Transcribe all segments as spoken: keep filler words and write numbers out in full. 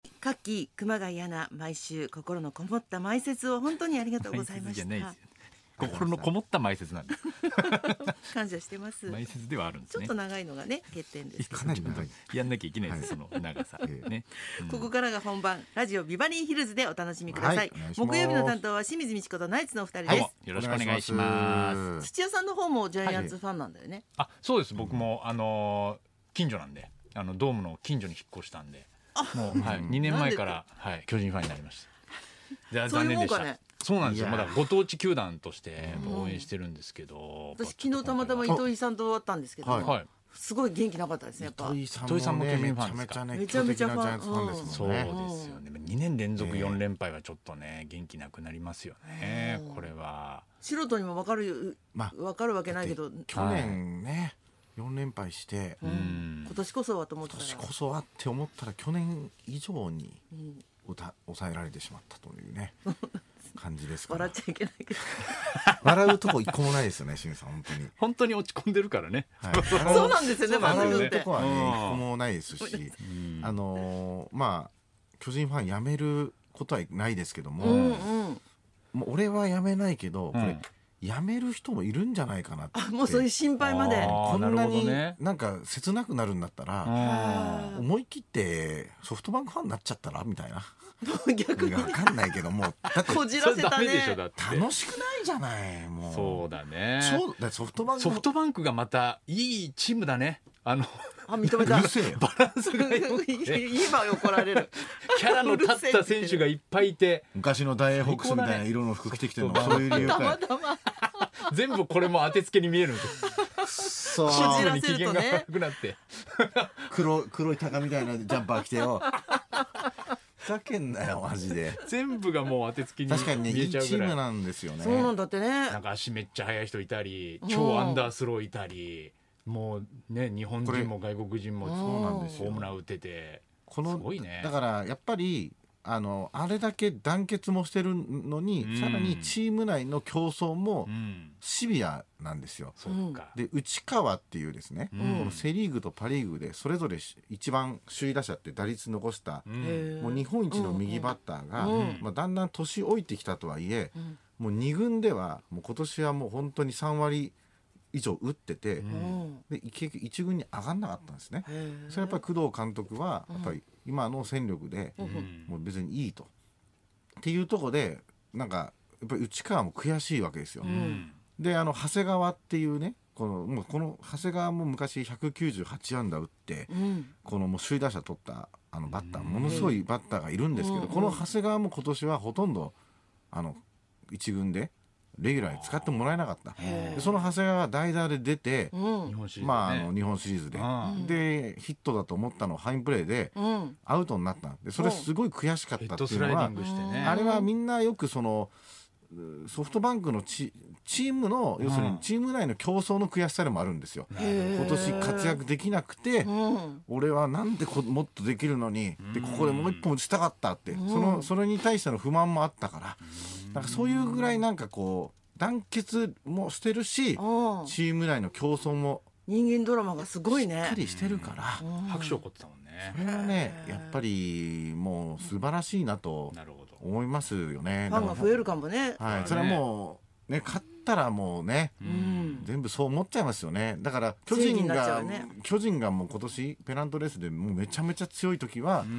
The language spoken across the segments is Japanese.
夏季熊谷アナ、毎週心のこもった埋設を本当にありがとうございました。 心のこもった埋設なんです感謝してます。 埋設ではあるんですね。 ちょっと長いのがね欠点ですけど、 かなり長いやんなきゃいけないです、はい、その長さ、ねうん、ここからが本番、ラジオビバリーヒルズでお楽しみください、はい、木曜日の担当は清水美智子とナイツのお二人です、 はい、よろしくお願いします。 土屋さんの方もジャイアンツファンなんだよね。 はい、あ、そうです。僕もあの近所なんで、あのドームの近所に引っ越したんで、もう、はい、にねんまえから、はい、巨人ファンになりました。じゃあ残念でした。そうなんですよ。まだご当地球団として応援してるんですけど、 私昨日たまたま糸井さんと会ったんですけど、はい、すごい元気なかったですね。やっぱ糸井さんも巨人ファンですか。めちゃめちゃファンですもんね。 そうですよね。にねん連続よん連敗はちょっとね元気なくなりますよね。これは素人にも分かる分かるわけないけど、 去年ねよん連敗して、 今年こそはと思ったら、 今年こそはって思ったら去年以上に抑えられてしまったというね感じですから。 笑っちゃいけないけど笑うとこ一個もないですよね、清水さん。本当に本当に落ち込んでるからね、 はい、そうなんですよね。 笑うとこはね一個もないですし、あのー、まあ巨人ファンやめることはないですけども、うんうん、もう俺はやめないけど、これ、うんやめる人もいるんじゃないかなって。 あ、もうそういう心配まで。 こんなになんか切なくなるんだったら、思い切ってソフトバンクファンになっちゃったらみたいな。 逆に分かんないけども、だってこじらせたね。 楽しくないじゃない。もうそうだね。 そうだ、ソフトバンクソフトバンクがまたいいチームだね。あのあ、認めた。 バランスが良くて言えば怒られる。 キャラの立った選手がいっぱいいて、 昔のダイエーホックスみたいな色の服着てきてるのもそういう理由か。 全部これも当てつけに見えるんですよ。 そう。こじらに機嫌が悪くなって、 黒黒いタカみたいなジャンパー着てよ。ふざけんなよマジで。 全部がもう当てつけに見えちゃうぐらい。 確かにね、いいチームなんですよね。 そうなんだってね。 なんか足めっちゃ速い人いたり、超アンダースローいたり。もうね、日本人も外国人もそうなんですよ。ホームラン打ってて、このすごいね。 だからやっぱりあのあれだけ団結もしてるのに、うん、さらにチーム内の競争もシビアなんですよ。 うん、 で内川っていうですね、うん、このセリーグとパリーグでそれぞれ一番首位打者って打率残した、うん、もう日本一の右バッターが、うん、まあ、だんだん年老いてきたとはいえ、うん、もうに軍ではもう今年はもう本当にさん割以上打ってて、うん、で一軍に上がんなかったんですね。それはやっぱり工藤監督はやっぱり今の戦力でもう別にいいと、っていうところでなんかやっぱり内川も悔しいわけですよ。うん、であの長谷川っていうね、このもうこの長谷川も昔ひゃくきゅうじゅうはち安打打って、うん、このもう首位打者取ったあのバッター、ものすごいバッターがいるんですけど、この長谷川も今年はほとんどあの一軍でレギュラーに使ってもらえなかった。でその長谷川が代打で出て、うん、まあ、あの日本シリーズで、うん、でヒットだと思ったのをファインプレーでアウトになった。でそれすごい悔しかったっていうのは、ね、あれはみんなよくそのソフトバンクの チ, チームの要するにチーム内の競争の悔しさでもあるんですよ。今年活躍できなくて、うん、俺はなんでこもっとできるのに、うん、でここでもう一本打ちたかったって、うん、そのそれに対しての不満もあったから、うん、なんかそういうぐらいなんかこう団結もしてるし、チーム内の競争も人間ドラマがすごいねしっかりしてるから、 拍手起こってたもんね。 それはねやっぱりもう素晴らしいなと思いますよね。 ファンが増えるかもね。 はい、それはもうね勝ったらもうね、うん、全部そう思っちゃいますよね。だから巨人が、ね、巨人がもう今年ペナントレースでもうめちゃめちゃ強い時は、うん、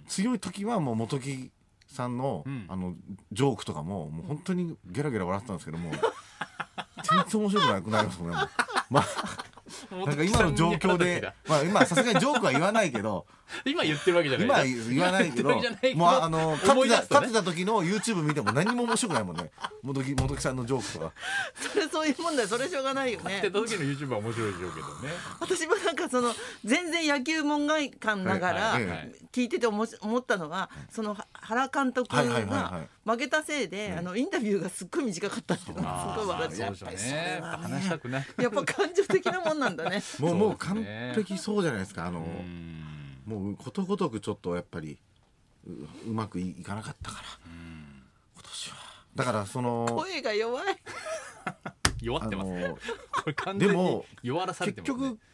強い時はもう元木さんの、うん、あのジョークとかももう本当にゲラゲラ笑ってたんですけども全然面白くなくなりますもんね。まあなんか今の状況で、まあ今さすがにジョークは言わないけど今言ってるわけじゃない。 今言わないけど、もうあの勝ってた勝ってた時の YouTube 見ても何も面白くないもんね。元木元木さんのジョークとか。 それそういうもんだよ。それしょうがないよね。 勝ってた時の YouTube は面白いでしょうけどね。 私もなんかその全然野球門外観ながら聞いてて思ったのは、その原監督が負けたせいであのインタビューがすっごい短かったっていうのがすごい笑っちゃう。 話したくない。 やっぱ感情的なもんなんだね。 もうもう完璧そうじゃないですか。あのもうことごとくちょっとやっぱり う, うまく い, いかなかったから今年は。だからその声が弱い弱ってますね。これ完全に弱らされてますね。 結局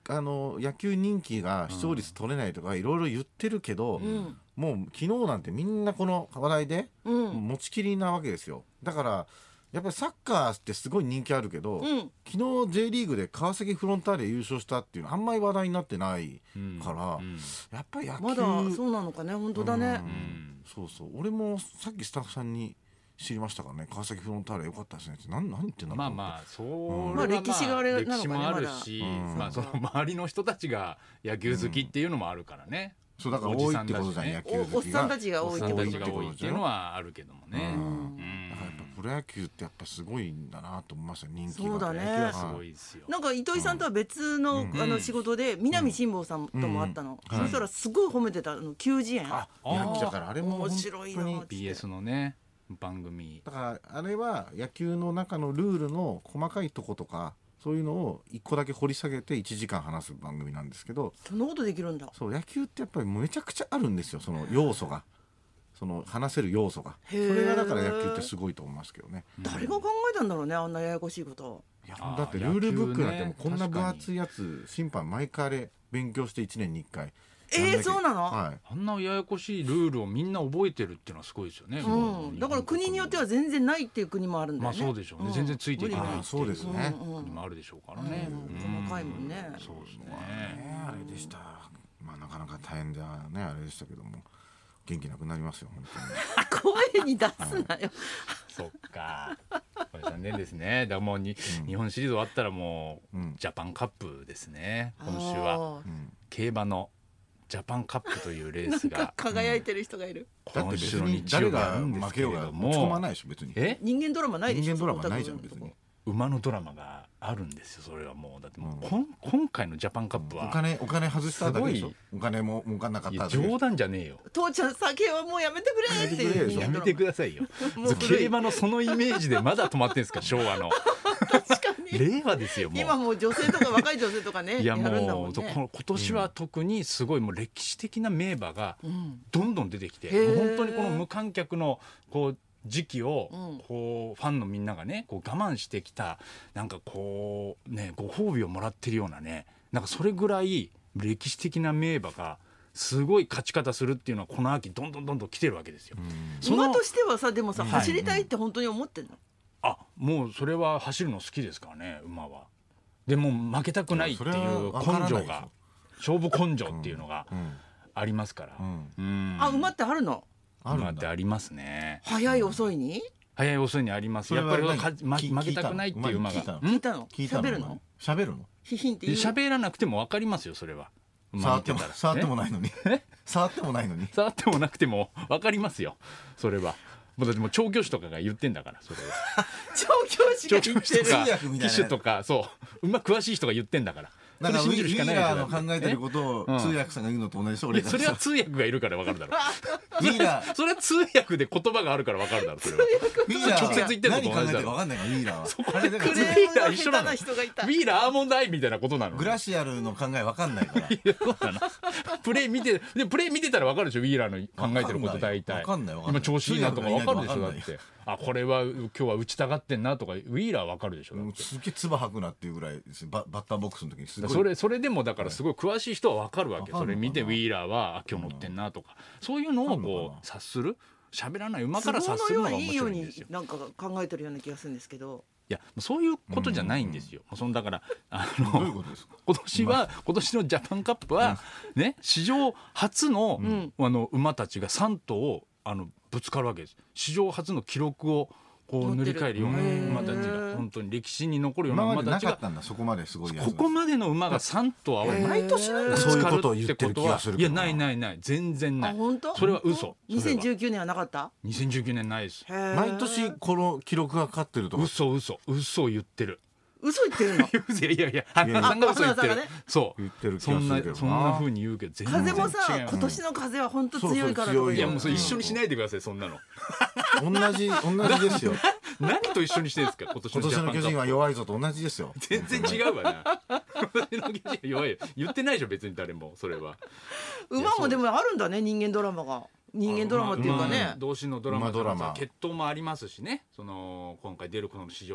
あの野球人気が視聴率取れないとかいろいろ言ってるけど、うん、もう昨日なんてみんなこの話題で持ちきりなわけですよ。だからやっぱりサッカーってすごい人気あるけど、うん、昨日 J リーグで川崎フロンターレ優勝したっていうのあんまり話題になってないから、うんうん、やっぱり野球まだそうなのかね。本当だね、うんうん、 そうそう。俺もさっきスタッフさんに知りましたからね。川崎フロンターレ良かったですねって何何言ってんだろう。 まあまあそう、 うん、まあ歴史があれなのかね。 歴史もあるし、うん、まあその周りの人たちが野球好きっていうのもあるからね、 うん、そうだから多いってことじゃん、野球好きがおっさんたちが多いってことっていうのはあるけどもね、うんうん、 だからやっぱプロ野球ってやっぱすごいんだなと思いますよ。人気が。 そうだね。 野球はすごいですよ。 なんか糸井さんとは別の、うん、あの仕事で南辛坊さんともあったの、うんうん、そしたらすごい褒めてたの球児園。 ああだからあれも面白いなってビーエス のね番組だからあれは野球の中のルールの細かいとことかそういうのを一個だけ掘り下げていちじかん話す番組なんですけど。 そんなことできるんだ。 そう野球ってやっぱりめちゃくちゃあるんですよ、その要素が。その話せる要素が。それがだから野球ってすごいと思いますけどね。 誰が考えたんだろうね、あんなややこしいこと。 いやだってルールブックなんてもうこんな分厚いやつ審判毎回あれ勉強していちねんにいっかい。 えー、そうなの、 はい、あんなややこしいルールをみんな覚えてるっていうのはすごいですよね、 うん、だから国によっては全然ないっていう国もあるんだよね。 まあそうでしょうね、うん、全然ついていけないっていうそうですね、 国もあるでしょうからね、 うんうん、細かいもんね。 そうですね、 あれでした。まあなかなか大変だねあれでしたけども元気なくなりますよ本当に声に出すなよそっかこれ残念ですね。だからもうに、うん、日本シリーズ終わったらもう、うん、ジャパンカップですね。今週は、うん、競馬のジャパンカップというレースがなんか輝いてる人がいる、 うん、今週の日曜日あるんですけれども、人間ドラマないでしょ。 人間ドラマないじゃん別に。 馬のドラマがあるんですよ。それはもうだってもう、うん、今回のジャパンカップは、 うん、お金お金外しただけでしょ。お金も儲かんなかっただけ。 冗談じゃねえよ。 父ちゃん酒はもうやめてくれっていう。 やめてくださいよ競馬のそのイメージでまだ止まってんですか昭和の確かに令和ですよ。もう今もう女性とか若い女性とかねいやもうやるんだもんね。 今年は特にすごいもう歴史的な名馬がどんどん出てきて、うん、もう本当にこの無観客のこう時期をこうファンのみんながねこう我慢してきたなんかこうねご褒美をもらってるようなねなんかそれぐらい歴史的な名馬がすごい勝ち方するっていうのはこの秋どんどんどんどん来てるわけですよ。 馬としてはさでもさ、はい、走りたいって本当に思ってんの？ あもうそれは走るの好きですからね馬は。でも負けたくないっていう根性が勝負根性っていうのがありますから、うんうん、あ馬ってあるの？ 馬ってありますね。 早い遅いに早い遅いにあります。やっぱり負けたくないっていう馬が聞いたの？喋るの？ 喋るの？ ヒヒンって言う？ 喋らなくても分かりますよそれは。 触っても触ってもないのに触ってもないのに触ってもなくても分かりますよそれは。もうだってもう調教師とかが言ってんだからそれは調教師が言ってる騎手とかそう馬詳しい人が言ってんだから。 だからウィーラーの考えてることを通訳さんが言うのと同じで、 うん、それは通訳がいるから分かるだろウィーラーそれは通訳で言葉があるから分かるだろそれはウィーラー直接言ってるのと同じだろ。何考えてるか分かんないからウィーラーはそこでウィーラー一緒なの。ウィーラーアーモンドアイみたいなことなの。 グラシアルの考え分かんないからプレイ見てでプレイ見てたら分かるでしょウィーラーの考えてること大体分かんない分かんない今調子いいなとか分かるでしょだってあこれは今日は打ちたがってんなとかウィーラー分かるでしょ。 すげえ唾吐くなっていうぐらいバッターボックスの時にすごいそれそれでもだからすごい詳しい人は分かるわけ。それ見てウィーラーは今日乗ってんなとかそういうのをこう察する喋らない馬から察するのが面白いんですよ。 なんか考えてるような気がするんですけどいやそういうことじゃないんですよ。そのだからあのどういうことですか。 今年は今年のジャパンカップはね史上初の、うん、あの馬たちがさん頭をあのぶつかるわけです。史上初の記録をこう塗り替えるような馬たちが本当に歴史に残るような馬たちがそこまですごいここまでの馬がさん頭合わせて毎年なんかそういうことを言ってる気がするけど。 いやないないない全然ない。 本当？ それは嘘。 にせんじゅうきゅうねんはなかった？ にせんじゅうきゅうねんないです。 毎年この記録がかかってるとか。 嘘嘘嘘を言ってる。 嘘言ってるの？ いやいや白川さんが嘘言ってる。そう言ってる気そんながするけどな。 そんな風に言うけど全然違う。 風もさ今年の風は本当強いからそうそう強いいやもうそれ一緒にしないでくださいそんなの。 同じ同じですよ。 何と一緒にしてるんですか今年のジャパンカップ。 今年の巨人は弱いぞと同じですよ。 全然違うわな。今年の巨人は弱いよ。言ってないでしょ別に誰もそれは。 馬もでもあるんだね人間ドラマが。人間ドラマっていうかね。 同士のドラマ、血統もありますしね。その今回出るこの史上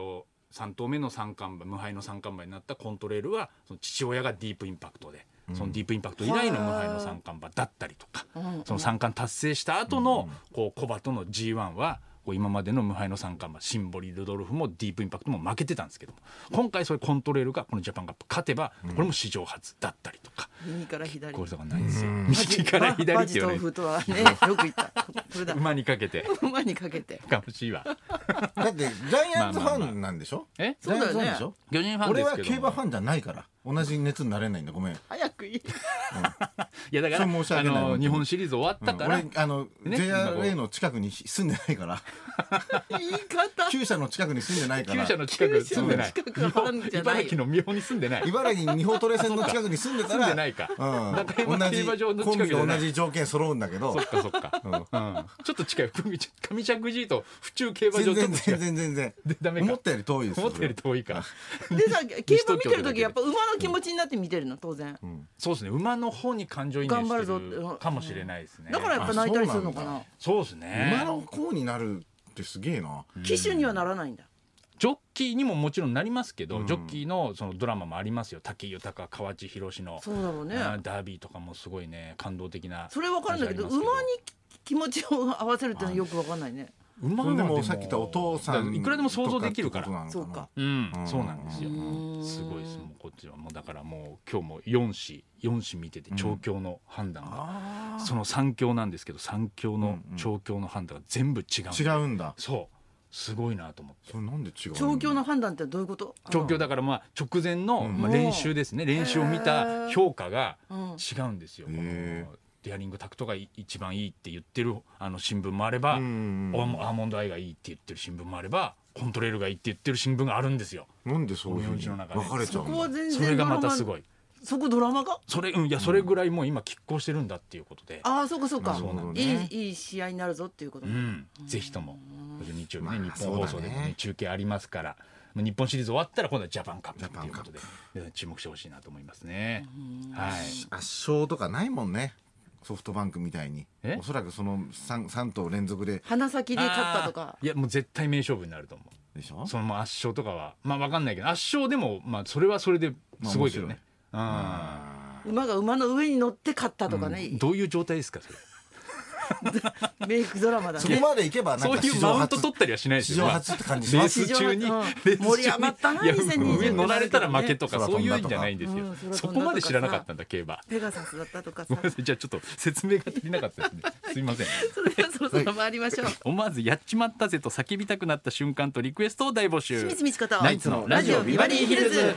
さん頭目の三冠馬無敗の三冠馬になったコントレールはその父親がディープインパクトで、うん、そのディープインパクト以来の無敗の三冠馬だったりとか、うん、その三冠達成した後のこう小馬との ジーワン は今までの無敗の三冠馬シンボリルドルフもディープインパクトも負けてたんですけども、今回そういうコントレールがこのジャパンカップ勝てばこれも史上初だったりとか、 うん、右から左これとかないんですよ。右から左って言われるとはね、よく言ったこれだ馬にかけて馬にかけてかもしいわだってジャイアンツファンなんでしょ。 えそうだよね。 巨人ファンですけど、 俺は競馬ファンじゃないから同じ熱になれないんだ。ごめん早くいい、うん、いやだからあの日本シリーズ終わったから、 うん、俺あの、ね、ジェイアールエー の近くに住んでないから言い方厩舎の近くに住んでないから厩舎の近くに住んでない茨城の美穂に住んでない茨城美穂トレ線の近くに住んでたら住んでないか、 うん、 中山競馬場の近くコンビで同じ条件揃うんだけどそっかそっか、うんうん、ちょっと近い上石神と府中競馬場全然全然全然でダメか思ったより遠いです。 思ったより遠いかでさ競馬見てる時やっぱ馬の気持ちになって見てるの当然、 うん、そうですね。馬の方に感情移入してるかもしれないですね。 だからやっぱ泣いたりするのかな。 そうですね。 馬の方になるってすげえな。 騎手にはならないんだ。 ジョッキーにももちろんなりますけど、うん、ジョッキーのそのドラマもありますよ。武豊、河内宏のそうだろうね、 ダービーとかもすごいね感動的な。 それ分かるんだけど馬に気持ちを合わせるってのはよく分かんないね。 馬でもさっき言ったお父さんいくらでも想像できるから。 そうか、 うん、そうなんですよ。すごいです。もうこっちはもうだからもう今日もよん子よん子見てて調教の判断が、うん、そのさん強なんですけどさん強の調教の判断が全部違う。 違うんだ。 そうすごいなと思って。 それなんで違うの？ 調教の判断ってどういうこと？ 調教だからまあ直前のまあ練習ですね。練習を見た評価が違うんですよ。デアリングタクトが一番いいって言ってるあの新聞もあれば、アーモンドアイがいいって言ってる新聞もあれば、コントレールがいいって言ってる新聞があるんですよ。 なんでそういうふうに分かれちゃうの？ それがまたすごい。 そこドラマが？ それ、うん、いやそれぐらいもう今拮抗してるんだっていうことで。 ああそうかそうか。 そうなんですね。いいいい試合になるぞっていうこと。 うん、ぜひとも日曜日ね、日本放送でもね中継ありますから。日本シリーズ終わったら今度はジャパンカップということで注目してほしいなと思いますね。はい。 圧勝とかないもんね。ソフトバンクみたいにおそらくその 3, 3頭連続で花咲で勝ったとか。 いやもう絶対名勝負になると思うでしょ。 その圧勝とかはまあ分かんないけど圧勝でもまあそれはそれですごいけどね、 まあ、馬が馬の上に乗って勝ったとかね、 うん、どういう状態ですかそれメイクドラマだね。 そこまでいけばなんかそういうマウント取ったりはしないですよ。 史上初って感じします。 レース中に、うん、 盛り上がったな。 上乗られたら負けとかそういうんじゃないんですよ。うん、そこまで知らなかったんだ競馬。 ペガサスだったとかさ。 じゃあちょっと説明が足りなかったですね。すいません。 それではそろそろ参りましょう。 思わずやっちまったぜと叫びたくなった瞬間とリクエストを大募集。 清水美智子とナイツのラジオビバリーヒルズ。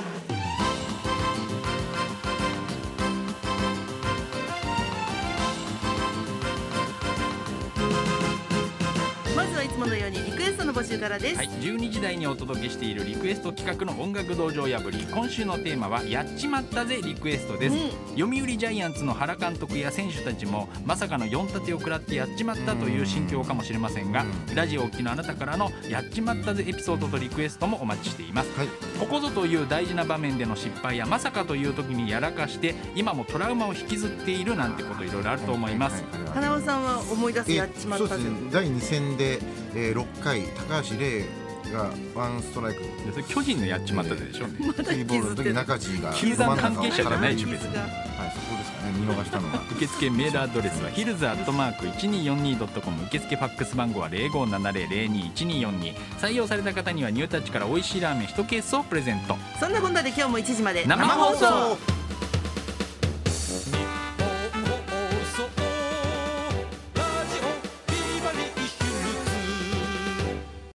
のようにリクエストの募集からです、 はい、じゅうにじ台にお届けしているリクエスト企画の音楽道場破り、今週のテーマはやっちまったぜリクエストです、うん、読売ジャイアンツの原監督や選手たちもまさかのよん立てを食らってやっちまったという心境かもしれませんが、ラジオを聴きのあなたからのやっちまったぜエピソードとリクエストもお待ちしています、はい、ここぞという大事な場面での失敗やまさかという時にやらかして今もトラウマを引きずっているなんてこといろいろあると思います。 花尾さんは思い出すやっちまったぜ。 そうですね、だいに戦でえー、ろっかい高橋礼がワンストライク、 巨人のやっちまったでしょ、 えー、まだキーボールの時中地が球団関係者じゃないし別に、 はい、そこですかね、見逃したのは受付メールアドレスはヒルズアットマーク いちにーよんにードットコム、 受付ファックス番号は ゼロごーななゼロ ゼロにーいちにーよんにー、採用された方にはニュータッチから美味しいラーメンいちケースをプレゼント。 そんなこんなで今日もいちじまで生放送。